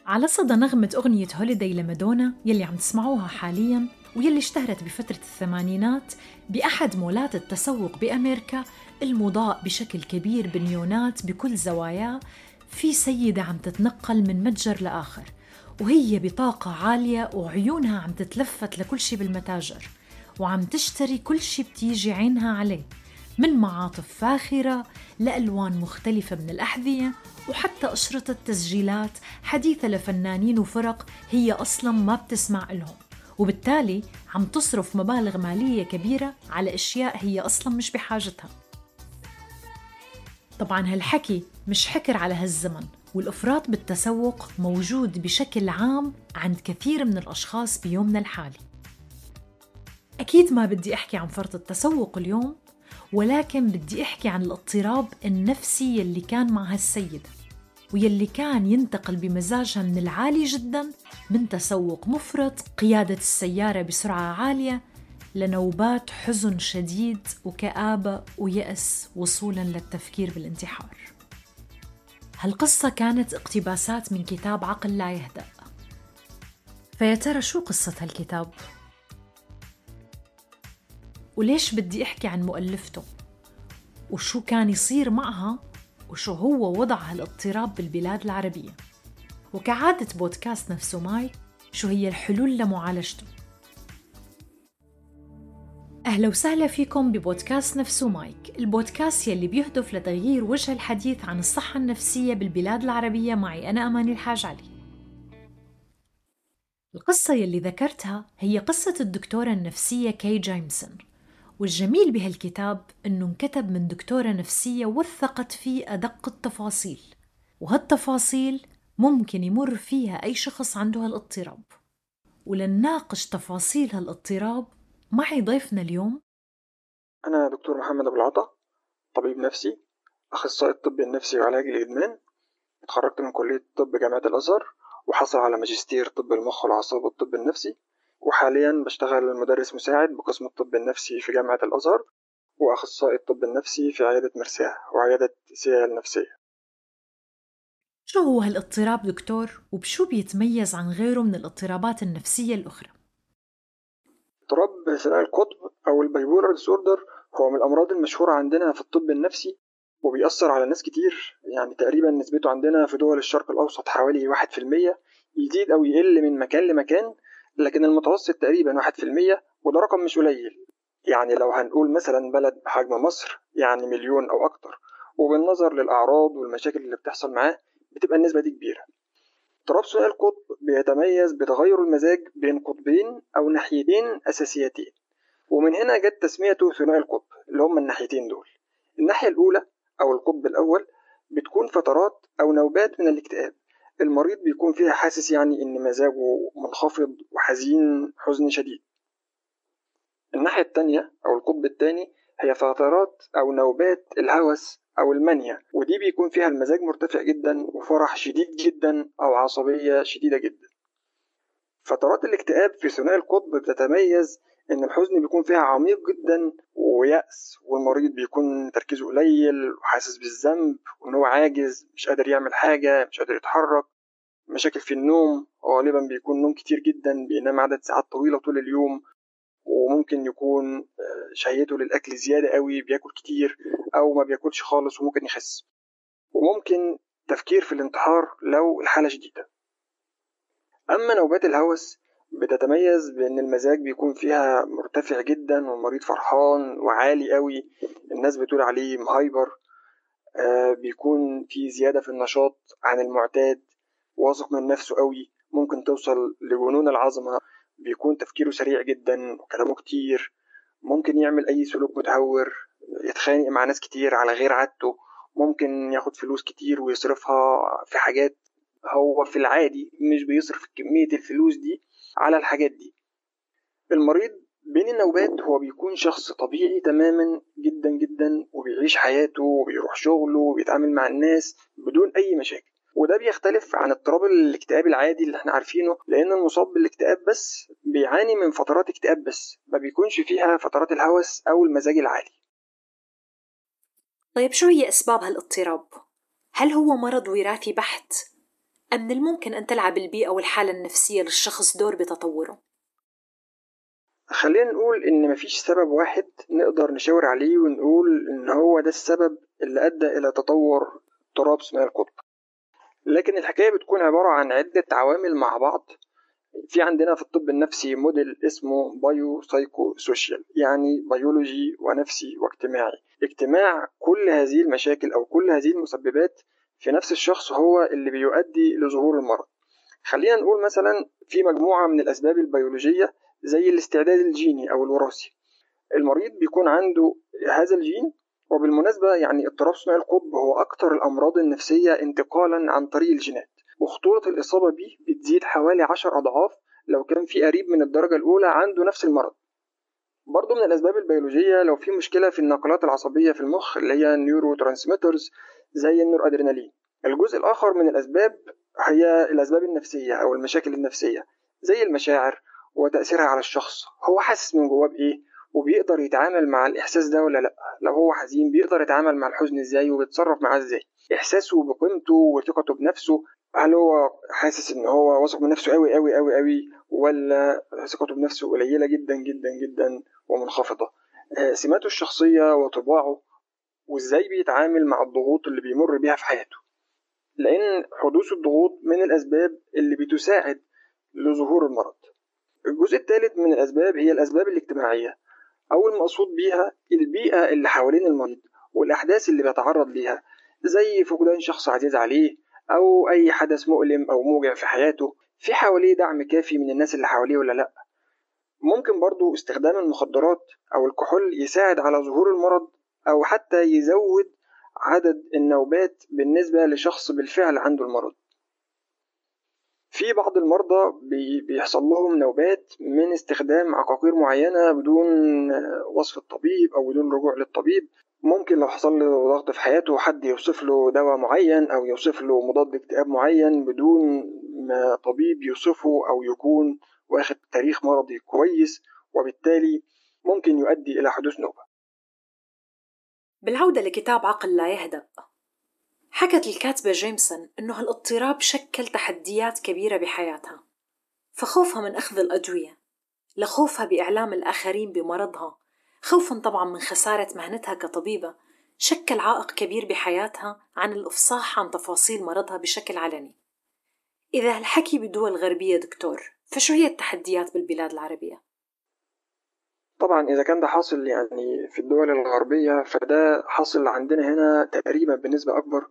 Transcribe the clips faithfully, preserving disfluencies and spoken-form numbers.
على صدى نغمة أغنية هوليداي لمادونا يلي عم تسمعوها حالياً ويلي اشتهرت بفترة الثمانينات بأحد مولات التسوق بأمريكا المضاء بشكل كبير بنيونات بكل زواياه، في سيدة عم تتنقل من متجر لآخر وهي بطاقة عالية وعيونها عم تتلفت لكل شي بالمتاجر وعم تشتري كل شي بتيجي عينها عليه، من معاطف فاخرة لألوان مختلفة من الأحذية وحتى أشرطة تسجيلات حديثة لفنانين وفرق هي أصلاً ما بتسمع إلهم، وبالتالي عم تصرف مبالغ مالية كبيرة على أشياء هي أصلاً مش بحاجتها. طبعاً هالحكي مش حكر على هالزمن، والإفراط بالتسوق موجود بشكل عام عند كثير من الأشخاص بيومنا الحالي. أكيد ما بدي أحكي عن فرط التسوق اليوم، ولكن بدي أحكي عن الاضطراب النفسي يلي كان مع هالسيدة ويلي كان ينتقل بمزاجها من العالي جداً من تسوق مفرط، قيادة السيارة بسرعة عالية، لنوبات حزن شديد وكآبة ويأس وصولاً للتفكير بالانتحار. هالقصة كانت اقتباسات من كتاب عقل لا يهدأ. فيا ترى شو قصة هالكتاب؟ وليش بدي أحكي عن مؤلفته؟ وشو كان يصير معها؟ وشو هو وضع هالاضطراب بالبلاد العربية؟ وكعادة بودكاست نفسه مايك، شو هي الحلول لمعالجته؟ أهلا وسهلا فيكم ببودكاست نفسه مايك، البودكاست يلي بيهدف لتغيير وجه الحديث عن الصحة النفسية بالبلاد العربية. معي أنا أماني الحاج علي. القصة يلي ذكرتها هي قصة الدكتورة النفسية كاي جيمسون، والجميل بهالكتاب إنه انكتب من دكتورة نفسية وثقت فيه أدق التفاصيل، وهالتفاصيل ممكن يمر فيها أي شخص عنده هالاضطراب. ولنناقش تفاصيل هالاضطراب معي ضيفنا اليوم. أنا دكتور محمد أبو العطا، طبيب نفسي، أخصائي الطب النفسي وعلاج الإدمان. اتخرجت من كلية طب جامعة الأزهر، وحصل على ماجستير طب المخ والأعصاب والطب النفسي، وحاليا بشتغل مدرس مساعد بقسم الطب النفسي في جامعة الأزهر، وأخصائي الطب النفسي في عيادة مرساه وعيادة سيا النفسية. شو هو هالاضطراب دكتور؟ وبشو بيتميز عن غيره من الاضطرابات النفسية الأخرى؟ اضطراب ثنائي القطب أو البايبولار ديسوردر هو من الأمراض المشهورة عندنا في الطب النفسي، وبيأثر على ناس كتير. يعني تقريبا نسبته عندنا في دول الشرق الأوسط حوالي واحد في المية، يزيد أو يقل من مكان لمكان، لكن المتوسط تقريبا واحد في المية، وده رقم مش قليل. يعني لو هنقول مثلا بلد بحجم مصر يعني مليون أو أكتر، وبالنظر للأعراض والمشاكل اللي بتحصل معاه بتبقى النسبة دي كبيرة. اضطراب ثنائي القطب بيتميز بتغير المزاج بين قطبين أو ناحيتين أساسيتين، ومن هنا جت تسميته ثنائي القطب، اللي هم الناحيتين دول. الناحية الأولى أو القطب الأول بتكون فترات أو نوبات من الاكتئاب، المريض بيكون فيها حاسس يعني إن مزاجه منخفض وحزين حزن شديد. الناحية التانية أو القطب التاني هي فترات أو نوبات الهوس أو المانيا، ودي بيكون فيها المزاج مرتفع جدا وفرح شديد جدا أو عصبية شديدة جدا. فترات الاكتئاب في ثنائي القطب بتتميز إن الحزن بيكون فيها عميق جدا ويأس، والمريض بيكون تركيزه قليل وحاسس بالذنب وإن هو عاجز، مش قادر يعمل حاجة، مش قادر يتحرك. مشاكل في النوم، غالبا بيكون نوم كتير جدا، بينام عدد ساعات طويلة طول اليوم، وممكن يكون شهيته للأكل زيادة قوي، بياكل كتير أو ما بياكلش خالص وممكن يخس، وممكن تفكير في الانتحار لو الحالة شديدة. أما نوبات الهوس بتتميز بأن المزاج بيكون فيها مرتفع جدا والمريض فرحان وعالي قوي، الناس بتقول عليه مهايبر. آه بيكون في زيادة في النشاط عن المعتاد، واثق من نفسه قوي، ممكن توصل لجنون العظمة. بيكون تفكيره سريع جدا وكلامه كتير، ممكن يعمل أي سلوك متهور، يتخانق مع ناس كتير على غير عادته، ممكن ياخد فلوس كتير ويصرفها في حاجات هو في العادي مش بيصرف كمية الفلوس دي على الحاجات دي. المريض بين النوبات هو بيكون شخص طبيعي تماما جدا جدا، وبيعيش حياته وبيروح شغله وبيتعامل مع الناس بدون أي مشاكل، وده بيختلف عن اضطراب الاكتئاب العادي اللي احنا عارفينه، لأن المصاب بالاكتئاب بس بيعاني من فترات اكتئاب بس، ما بيكونش فيها فترات الهوس أو المزاج العالي. طيب شو هي أسباب هالاضطراب؟ هل هو مرض وراثي بحت؟ أم من الممكن أن تلعب البيئة والحالة النفسية للشخص دور بتطوره؟ خلينا نقول إن مفيش سبب واحد نقدر نشاور عليه ونقول إن هو ده السبب اللي أدى إلى تطور اضطراب ثنائي القطب، لكن الحكاية بتكون عبارة عن عدة عوامل مع بعض. في عندنا في الطب النفسي موديل اسمه بايو سايكو سوشيال، يعني بيولوجي ونفسي واجتماعي. اجتماع كل هذه المشاكل أو كل هذه المسببات في نفس الشخص هو اللي بيؤدي لظهور المرض. خلينا نقول مثلا في مجموعة من الأسباب البيولوجية زي الاستعداد الجيني أو الوراثي. المريض بيكون عنده هذا الجين، وبالمناسبة يعني اضطراب ثنائي القطب هو أكثر الأمراض النفسية انتقالا عن طريق الجينات، وخطورة الإصابة به بتزيد حوالي عشر أضعاف لو كان في قريب من الدرجة الأولى عنده نفس المرض. برضو من الأسباب البيولوجية لو في مشكلة في الناقلات العصبية في المخ اللي هي النيورو ترانسميترز زي النور أدرينالين. الجزء الآخر من الأسباب هي الأسباب النفسية أو المشاكل النفسية زي المشاعر وتأثيرها على الشخص، هو حاسس من جواه بإيه وبيقدر يتعامل مع الإحساس ده ولا لأ. لو هو حزين بيقدر يتعامل مع الحزن إزاي وبيتصرف معاه إزاي. إحساسه بقيمته وثقته بنفسه، هل هو حاسس إن هو واثق من نفسه أوي أوي أوي أوي ولا ثقته بنفسه قليلة جدا جدا جدا ومنخفضة. سماته الشخصية وطباعه وإزاي بيتعامل مع الضغوط اللي بيمر بيها في حياته، لأن حدوث الضغوط من الأسباب اللي بتساعد لظهور المرض. الجزء الثالث من الأسباب هي الأسباب الاجتماعية، أو المقصود بيها البيئة اللي حوالين المريض والأحداث اللي بيتعرض ليها زي فقدان شخص عزيز عليه أو أي حدث مؤلم أو موجع في حياته. في حواليه دعم كافي من الناس اللي حواليه ولا لأ. ممكن برضو استخدام المخدرات أو الكحول يساعد على ظهور المرض أو حتى يزود عدد النوبات بالنسبة لشخص بالفعل عنده المرض. في بعض المرضى بيحصل لهم نوبات من استخدام عقاقير معينة بدون وصف الطبيب أو بدون رجوع للطبيب. ممكن لو حصل له ضغط في حياته حد يوصف له دواء معين أو يوصف له مضاد اكتئاب معين بدون ما طبيب يوصفه أو يكون واخد تاريخ مرضي كويس، وبالتالي ممكن يؤدي إلى حدوث نوبة. بالعودة لكتاب عقل لا يهدأ، حكت الكاتبة جيمسون إنه هالاضطراب شكل تحديات كبيرة بحياتها، فخوفها من أخذ الأدوية لخوفها بإعلام الآخرين بمرضها، خوفاً طبعاً من خسارة مهنتها كطبيبة، شكل عائق كبير بحياتها عن الإفصاح عن تفاصيل مرضها بشكل علني. إذا هالحكي بدول غربية دكتور، فشو هي التحديات بالبلاد العربية؟ طبعا إذا كان ده حاصل يعني في الدول الغربية فده حاصل عندنا هنا تقريبا بنسبة أكبر،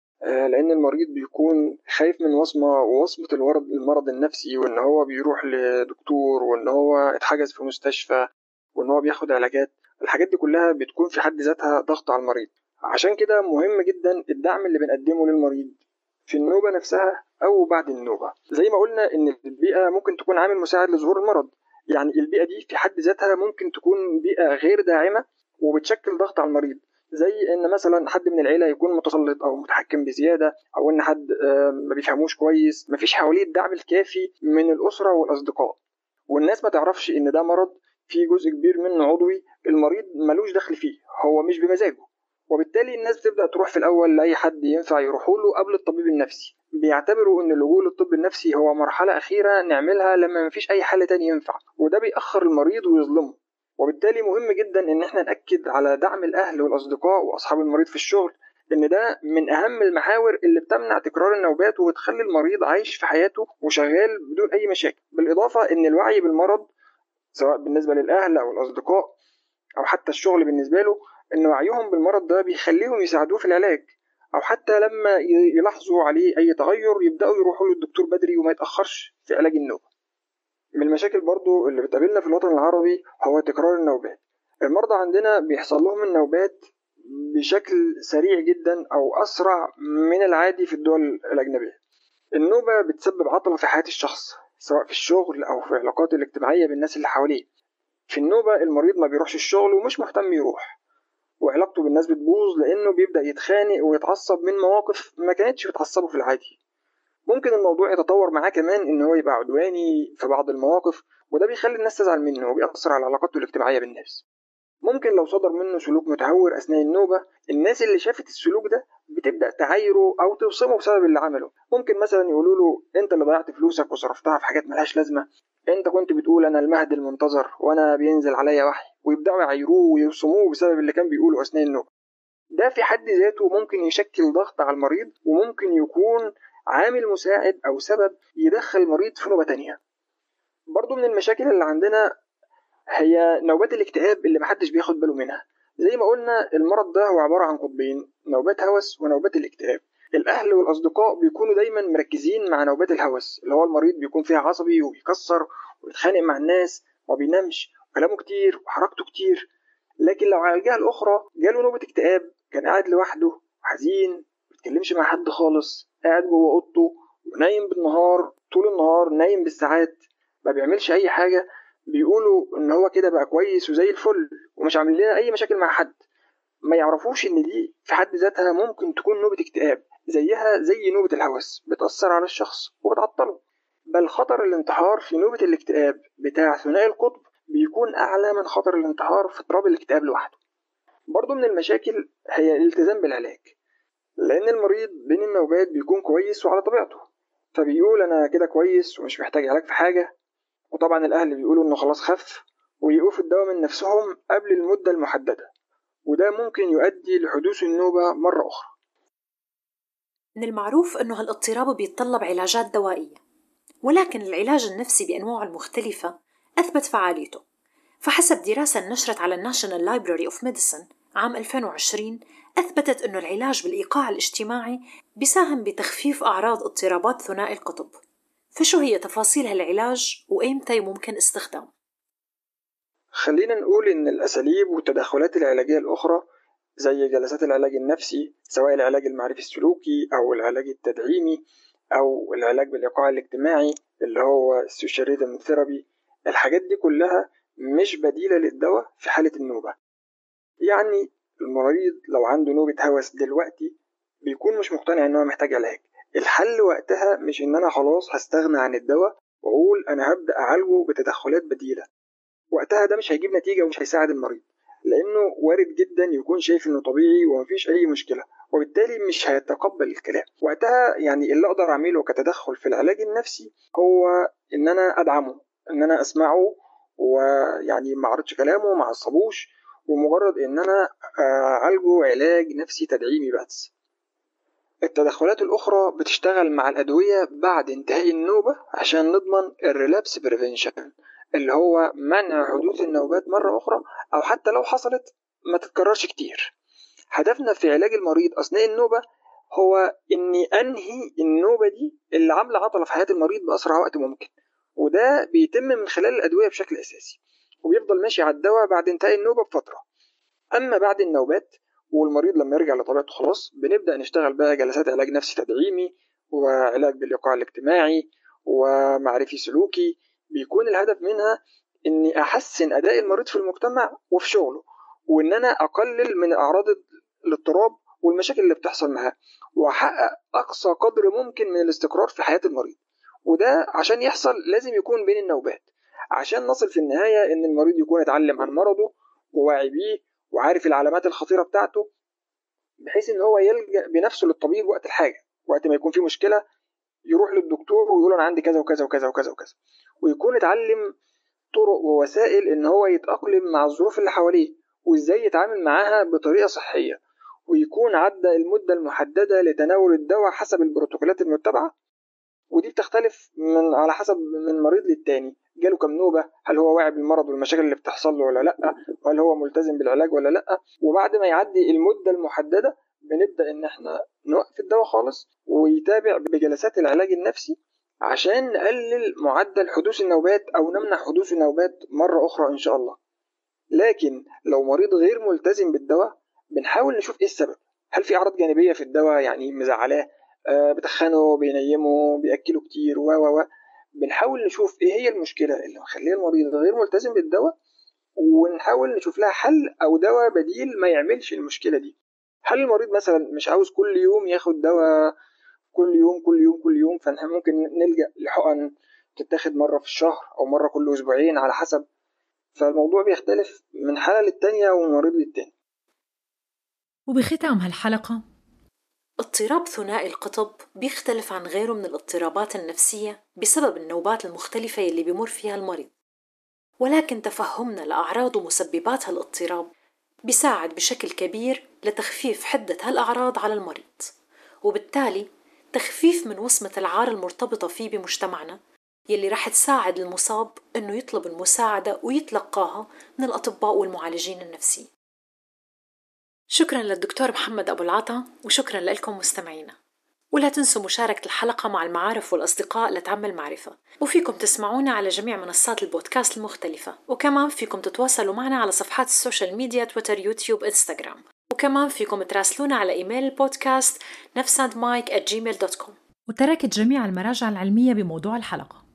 لأن المريض بيكون خايف من وصمة ووصمة المرض المرض النفسي، وإن هو بيروح لدكتور وإن هو اتحجز في مستشفى وإن هو بياخد علاجات. الحاجات دي كلها بتكون في حد ذاتها ضغط على المريض. عشان كده مهم جدا الدعم اللي بنقدمه للمريض في النوبة نفسها أو بعد النوبة. زي ما قلنا إن البيئة ممكن تكون عامل مساعد لظهور المرض، يعني البيئة دي في حد ذاتها ممكن تكون بيئة غير داعمة وبتشكل ضغط على المريض، زي ان مثلا حد من العيله يكون متسلط او متحكم بزياده، او ان حد ما بيفهموش كويس، مفيش حواليه الدعم الكافي من الاسره والاصدقاء، والناس ما تعرفش ان ده مرض في جزء كبير منه عضوي المريض ملوش دخل فيه، هو مش بمزاجه. وبالتالي الناس بتبدا تروح في الاول لاي حد ينفع يروحوا له قبل الطبيب النفسي، بيعتبروا ان اللجوء للطب النفسي هو مرحله اخيره نعملها لما مفيش اي حل تاني ينفع، وده بيأخر المريض ويظلمه. وبالتالي مهم جدا ان احنا نأكد على دعم الاهل والاصدقاء واصحاب المريض في الشغل، ان ده من اهم المحاور اللي بتمنع تكرار النوبات وبتخلي المريض عايش في حياته وشغال بدون اي مشاكل. بالاضافه ان الوعي بالمرض سواء بالنسبه للاهل او الاصدقاء او حتى الشغل بالنسبه له، ان وعيهم بالمرض ده بيخليهم يساعدوه في العلاج، او حتى لما يلاحظوا عليه اي تغير يبداوا يروحوا للدكتور بدري وما يتاخرش في علاج النوبه. من المشاكل برضو اللي بتقابلنا في الوطن العربي هو تكرار النوبات. المرضى عندنا بيحصل لهم النوبات بشكل سريع جدا أو أسرع من العادي في الدول الأجنبية. النوبة بتسبب عطلة في حياة الشخص سواء في الشغل أو في علاقاته الاجتماعية بالناس اللي حواليه. في النوبة المريض ما بيروحش الشغل ومش مهتم يروح، وعلاقته بالناس بتبوظ لأنه بيبدأ يتخانق ويتعصب من مواقف ما كانتش بتعصبه في العادي. ممكن الموضوع يتطور معاه كمان ان هو يبقى عدواني في بعض المواقف، وده بيخلي الناس تزعل منه وبيأثر على علاقاته الاجتماعية بالناس. ممكن لو صدر منه سلوك متهور أثناء النوبة، الناس اللي شافت السلوك ده بتبدأ تعايره أو توصمه بسبب اللي عمله. ممكن مثلا يقولوا له أنت اللي ضيعت فلوسك وصرفتها في حاجات ملهاش لازمة، أنت كنت بتقول أنا المهدي المنتظر وأنا بينزل عليا وحي، ويبدأوا يعايروه ويوصموه بسبب اللي كان بيقوله أثناء النوم. ده في حد ذاته ممكن يشكل ضغط على المريض، وممكن يكون عامل مساعد أو سبب يدخل المريض في نوبة تانية. برضو من المشاكل اللي عندنا هي نوبات الاكتئاب اللي محدش بياخد باله منها. زي ما قلنا المرض ده هو عبارة عن قطبين، نوبات هوس ونوبات الاكتئاب. الأهل والأصدقاء بيكونوا دايما مركزين مع نوبات الهوس، اللي هو المريض بيكون فيها عصبي وبيكسر ويتخانق مع الناس وما بينامش وكلامه كتير وحركته كتير. لكن لو على الجهة الأخرى جاله نوبة اكتئاب، كان قاعد لوحده وحزين، ما بيتكلمش مع حد خالص، قاعد جوه أوضته ونايم بالنهار، طول النهار نايم بالساعات، ما بيعملش أي حاجة، بيقولوا إن هو كده بقى كويس وزي الفل ومش عامل لنا أي مشاكل مع حد. ما يعرفوش إن دي في حد ذاتها ممكن تكون نوبة اكتئاب، زيها زي نوبة الهوس، بتأثر على الشخص وبتعطله. بل خطر الانتحار في نوبة الاكتئاب بتاع ثنائي القطب بيكون أعلى من خطر الانتحار في اضطراب الاكتئاب لوحده. برضو من المشاكل هي الالتزام بالعلاج، لأن المريض بين النوبات بيكون كويس وعلى طبيعته، فبيقول أنا كده كويس ومش محتاج علاج في حاجة، وطبعا الأهل بيقولوا إنه خلاص خف، ويوقفوا الدواء من نفسهم قبل المدة المحددة، وده ممكن يؤدي لحدوث النوبة مرة أخرى. من المعروف أنه هالاضطراب بيتطلب علاجات دوائية، ولكن العلاج النفسي بأنواعه المختلفة أثبت فعاليته. فحسب دراسة نشرت على الناشونال لايبراري أوف ميديسن عام ألفين وعشرين، أثبتت أنه العلاج بالإيقاع الاجتماعي بيساهم بتخفيف أعراض اضطرابات ثنائي القطب. فشو هي تفاصيل هالعلاج وإمتى ممكن استخدامه؟ خلينا نقول إن الأساليب والتدخلات العلاجية الأخرى زي جلسات العلاج النفسي، سواء العلاج المعرفي السلوكي أو العلاج التدعيمي أو العلاج بالإيقاع الاجتماعي اللي هو السوشيال ريذم ثيرابي، الحاجات دي كلها مش بديلة للدواء في حالة النوبة. يعني المريض لو عنده نوبة هوس دلوقتي بيكون مش مقتنع إن هو محتاج علاج، الحل وقتها مش إن أنا خلاص هستغنى عن الدواء وأقول أنا هبدأ أعالجه بتدخلات بديلة. وقتها ده مش هيجيب نتيجة ومش هيساعد المريض، لأنه وارد جدا يكون شايف إنه طبيعي ومفيش أي مشكلة، وبالتالي مش هيتقبل الكلام. وقتها يعني اللي أقدر أعمله كتدخل في العلاج النفسي هو إن أنا أدعمه، إن أنا أسمعه، ويعني ما أعرضش كلامه، ما أعصبوش، ومجرد إن أنا أعالجه علاج نفسي تدعيمي بس. التدخلات الأخرى بتشتغل مع الأدوية بعد انتهاء النوبة عشان نضمن الريلابس بريفنشن، اللي هو منع حدوث النوبات مرة أخرى، أو حتى لو حصلت ما تتكررش كتير. هدفنا في علاج المريض أثناء النوبة هو إني أنهي النوبة دي اللي عاملة عطلة في حياة المريض بأسرع وقت ممكن، وده بيتم من خلال الأدوية بشكل أساسي، وبيفضل ماشي على الدواء بعد انتهاء النوبة بفترة. أما بعد النوبات والمريض لما يرجع لطبيعته خلاص، بنبدأ نشتغل بقى جلسات علاج نفسي تدعيمي وعلاج بالإيقاع الاجتماعي ومعرفي سلوكي، بيكون الهدف منها إني أحسن أداء المريض في المجتمع وفي شغله، وإن أنا أقلل من أعراض الاضطراب والمشاكل اللي بتحصل معاه، وأحقق أقصى قدر ممكن من الاستقرار في حياة المريض. وده عشان يحصل لازم يكون بين النوبات، عشان نصل في النهاية إن المريض يكون اتعلم عن مرضه وواعي بيه وعارف العلامات الخطيرة بتاعته، بحيث إن هو يلجأ بنفسه للطبيب وقت الحاجة، وقت ما يكون في مشكلة يروح للدكتور ويقول أنا عندي كذا وكذا وكذا وكذا وكذا، ويكون اتعلم طرق ووسائل إن هو يتأقلم مع الظروف اللي حواليه وإزاي يتعامل معاها بطريقة صحية، ويكون عدى المدة المحددة لتناول الدواء حسب البروتوكولات المتبعة. ودي بتختلف من على حسب من مريض للتاني، جاله كم نوبة، هل هو واعي بالمرض والمشاكل اللي بتحصل له ولا لأ، وهل هو ملتزم بالعلاج ولا لأ. وبعد ما يعدي المدة المحددة بنبدأ إن احنا نوقف الدواء خالص ويتابع بجلسات العلاج النفسي عشان نقلل معدل حدوث النوبات أو نمنع حدوث النوبات مرة أخرى إن شاء الله. لكن لو مريض غير ملتزم بالدواء بنحاول نشوف إيه السبب، هل في أعراض جانبية في الدواء يعني مزعلاه، آه بتخنه، بينيمه، بيأكله كتير، و و و بنحاول نشوف إيه هي المشكلة اللي مخليه المريض غير ملتزم بالدواء، ونحاول نشوف لها حل أو دواء بديل ما يعملش المشكلة دي. هل المريض مثلا مش عاوز كل يوم ياخد دواء كل يوم كل يوم كل يوم، فاحنا ممكن نلجأ لحقن تتاخد مرة في الشهر أو مرة كل أسبوعين على حسب. فالموضوع بيختلف من حالة للتانية ومن مريض للتاني. وبختام هالحلقة اضطراب ثنائي القطب بيختلف عن غيره من الاضطرابات النفسية بسبب النوبات المختلفة يلي بيمر فيها المريض، ولكن تفهمنا لأعراض ومسببات هالاضطراب بيساعد بشكل كبير لتخفيف حدة هالأعراض على المريض، وبالتالي تخفيف من وصمة العار المرتبطة فيه بمجتمعنا يلي رح تساعد المصاب إنه يطلب المساعدة ويتلقاها من الأطباء والمعالجين النفسيين. شكراً للدكتور محمد أبو العطا، وشكراً لكم مستمعينا. ولا تنسوا مشاركة الحلقة مع المعارف والأصدقاء لتعمل معرفة، وفيكم تسمعونا على جميع منصات البودكاست المختلفة، وكمان فيكم تتواصلوا معنا على صفحات السوشيال ميديا تويتر يوتيوب إنستغرام، وكمان فيكم تراسلونا على إيميل البودكاست نفساندمايك آت جيميل دوت كوم. وتركت جميع المراجع العلمية بموضوع الحلقة.